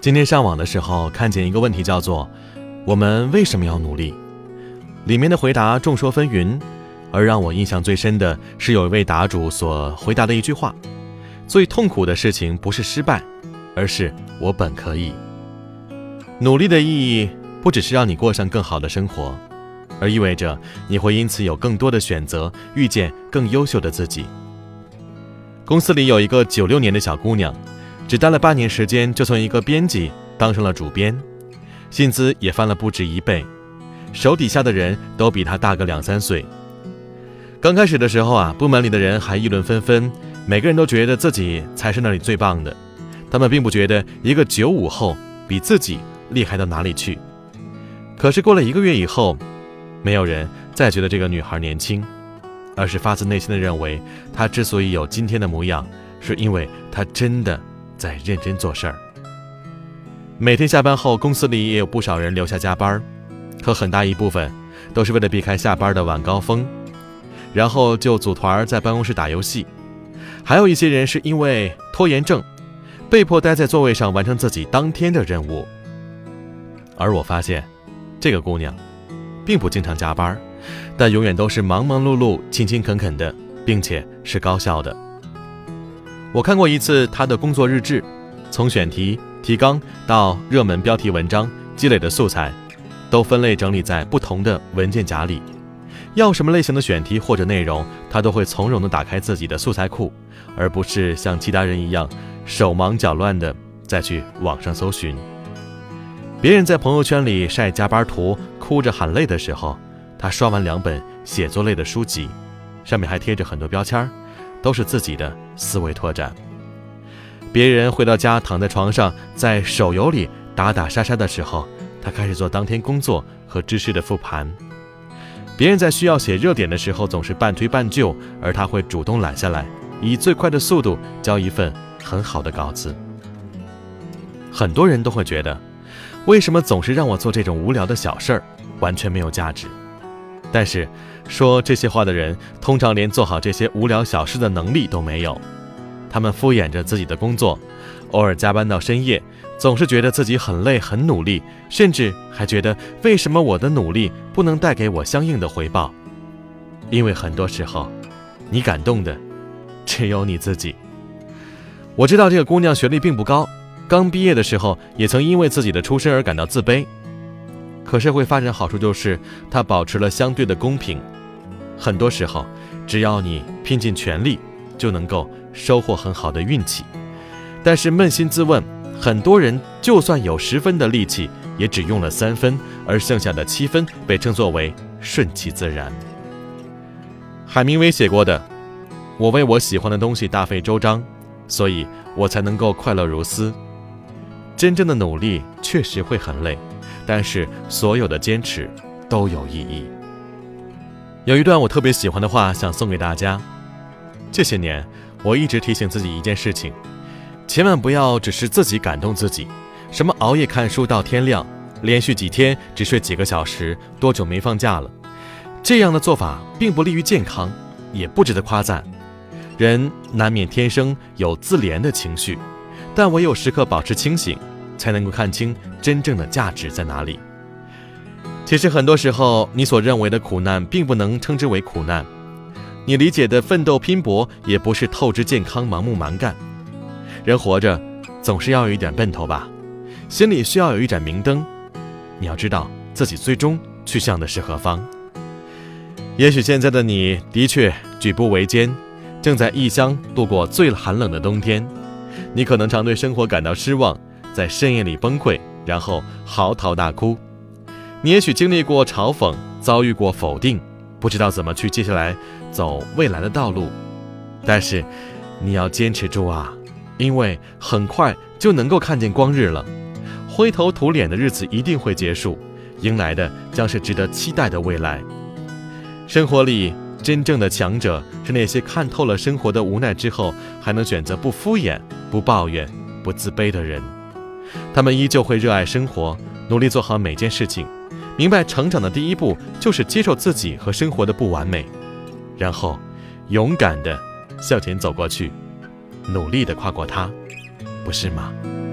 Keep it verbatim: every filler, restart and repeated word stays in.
今天上网的时候看见一个问题，叫做我们为什么要努力？里面的回答众说纷纭，而让我印象最深的是有一位答主所回答的一句话：最痛苦的事情不是失败，而是我本可以。努力的意义不只是让你过上更好的生活，而意味着你会因此有更多的选择，遇见更优秀的自己。公司里有一个九六年的小姑娘，只待了八年时间就从一个编辑当上了主编，薪资也翻了不止一倍，手底下的人都比她大个两三岁。刚开始的时候啊，部门里的人还议论纷纷，每个人都觉得自己才是那里最棒的，他们并不觉得一个九五后比自己厉害到哪里去。可是过了一个月以后，没有人再觉得这个女孩年轻，而是发自内心的认为她之所以有今天的模样，是因为她真的在认真做事儿。每天下班后，公司里也有不少人留下加班，可很大一部分都是为了避开下班的晚高峰，然后就组团在办公室打游戏。还有一些人是因为拖延症，被迫待在座位上完成自己当天的任务。而我发现这个姑娘并不经常加班，但永远都是忙忙碌碌、勤勤恳恳的，并且是高效的。我看过一次她的工作日志，从选题、提纲到热门标题文章积累的素材，都分类整理在不同的文件夹里。要什么类型的选题或者内容，她都会从容地打开自己的素材库，而不是像其他人一样手忙脚乱地再去网上搜寻。别人在朋友圈里晒加班图，哭着喊累的时候，她刷完两本写作类的书籍，上面还贴着很多标签，都是自己的思维拓展。别人回到家躺在床上在手游里打打杀杀的时候，她开始做当天工作和知识的复盘。别人在需要写热点的时候总是半推半就，而她会主动揽下来，以最快的速度交一份很好的稿子。很多人都会觉得，为什么总是让我做这种无聊的小事儿，完全没有价值。但是说这些话的人通常连做好这些无聊小事的能力都没有，他们敷衍着自己的工作，偶尔加班到深夜，总是觉得自己很累很努力，甚至还觉得为什么我的努力不能带给我相应的回报。因为很多时候你感动的只有你自己。我知道这个姑娘学历并不高，刚毕业的时候也曾因为自己的出身而感到自卑，可社会发展好处就是它保持了相对的公平。很多时候只要你拼尽全力，就能够收获很好的运气。但是扪心自问，很多人就算有十分的力气，也只用了三分，而剩下的七分被称作为顺其自然。海明威写过的，我为我喜欢的东西大费周章，所以我才能够快乐如斯。真正的努力确实会很累，但是所有的坚持都有意义。有一段我特别喜欢的话想送给大家，这些年我一直提醒自己一件事情，千万不要只是自己感动自己，什么熬夜看书到天亮，连续几天只睡几个小时，多久没放假了，这样的做法并不利于健康，也不值得夸赞。人难免天生有自怜的情绪，但唯有时刻保持清醒，才能够看清真正的价值在哪里。其实很多时候，你所认为的苦难并不能称之为苦难，你理解的奋斗拼搏也不是透支健康盲目蛮干。人活着总是要有一点奔头吧，心里需要有一盏明灯，你要知道自己最终去向的是何方。也许现在的你的确举步维艰，正在异乡度过最寒冷的冬天，你可能常对生活感到失望，在深夜里崩溃，然后嚎啕大哭。你也许经历过嘲讽，遭遇过否定，不知道怎么去接下来走未来的道路。但是你要坚持住啊，因为很快就能够看见光日了。灰头土脸的日子一定会结束，迎来的将是值得期待的未来。生活里真正的强者是那些看透了生活的无奈之后，还能选择不敷衍、不抱怨、不自卑的人。他们依旧会热爱生活，努力做好每件事情，明白成长的第一步就是接受自己和生活的不完美，然后勇敢地向前走过去，努力地跨过它，不是吗？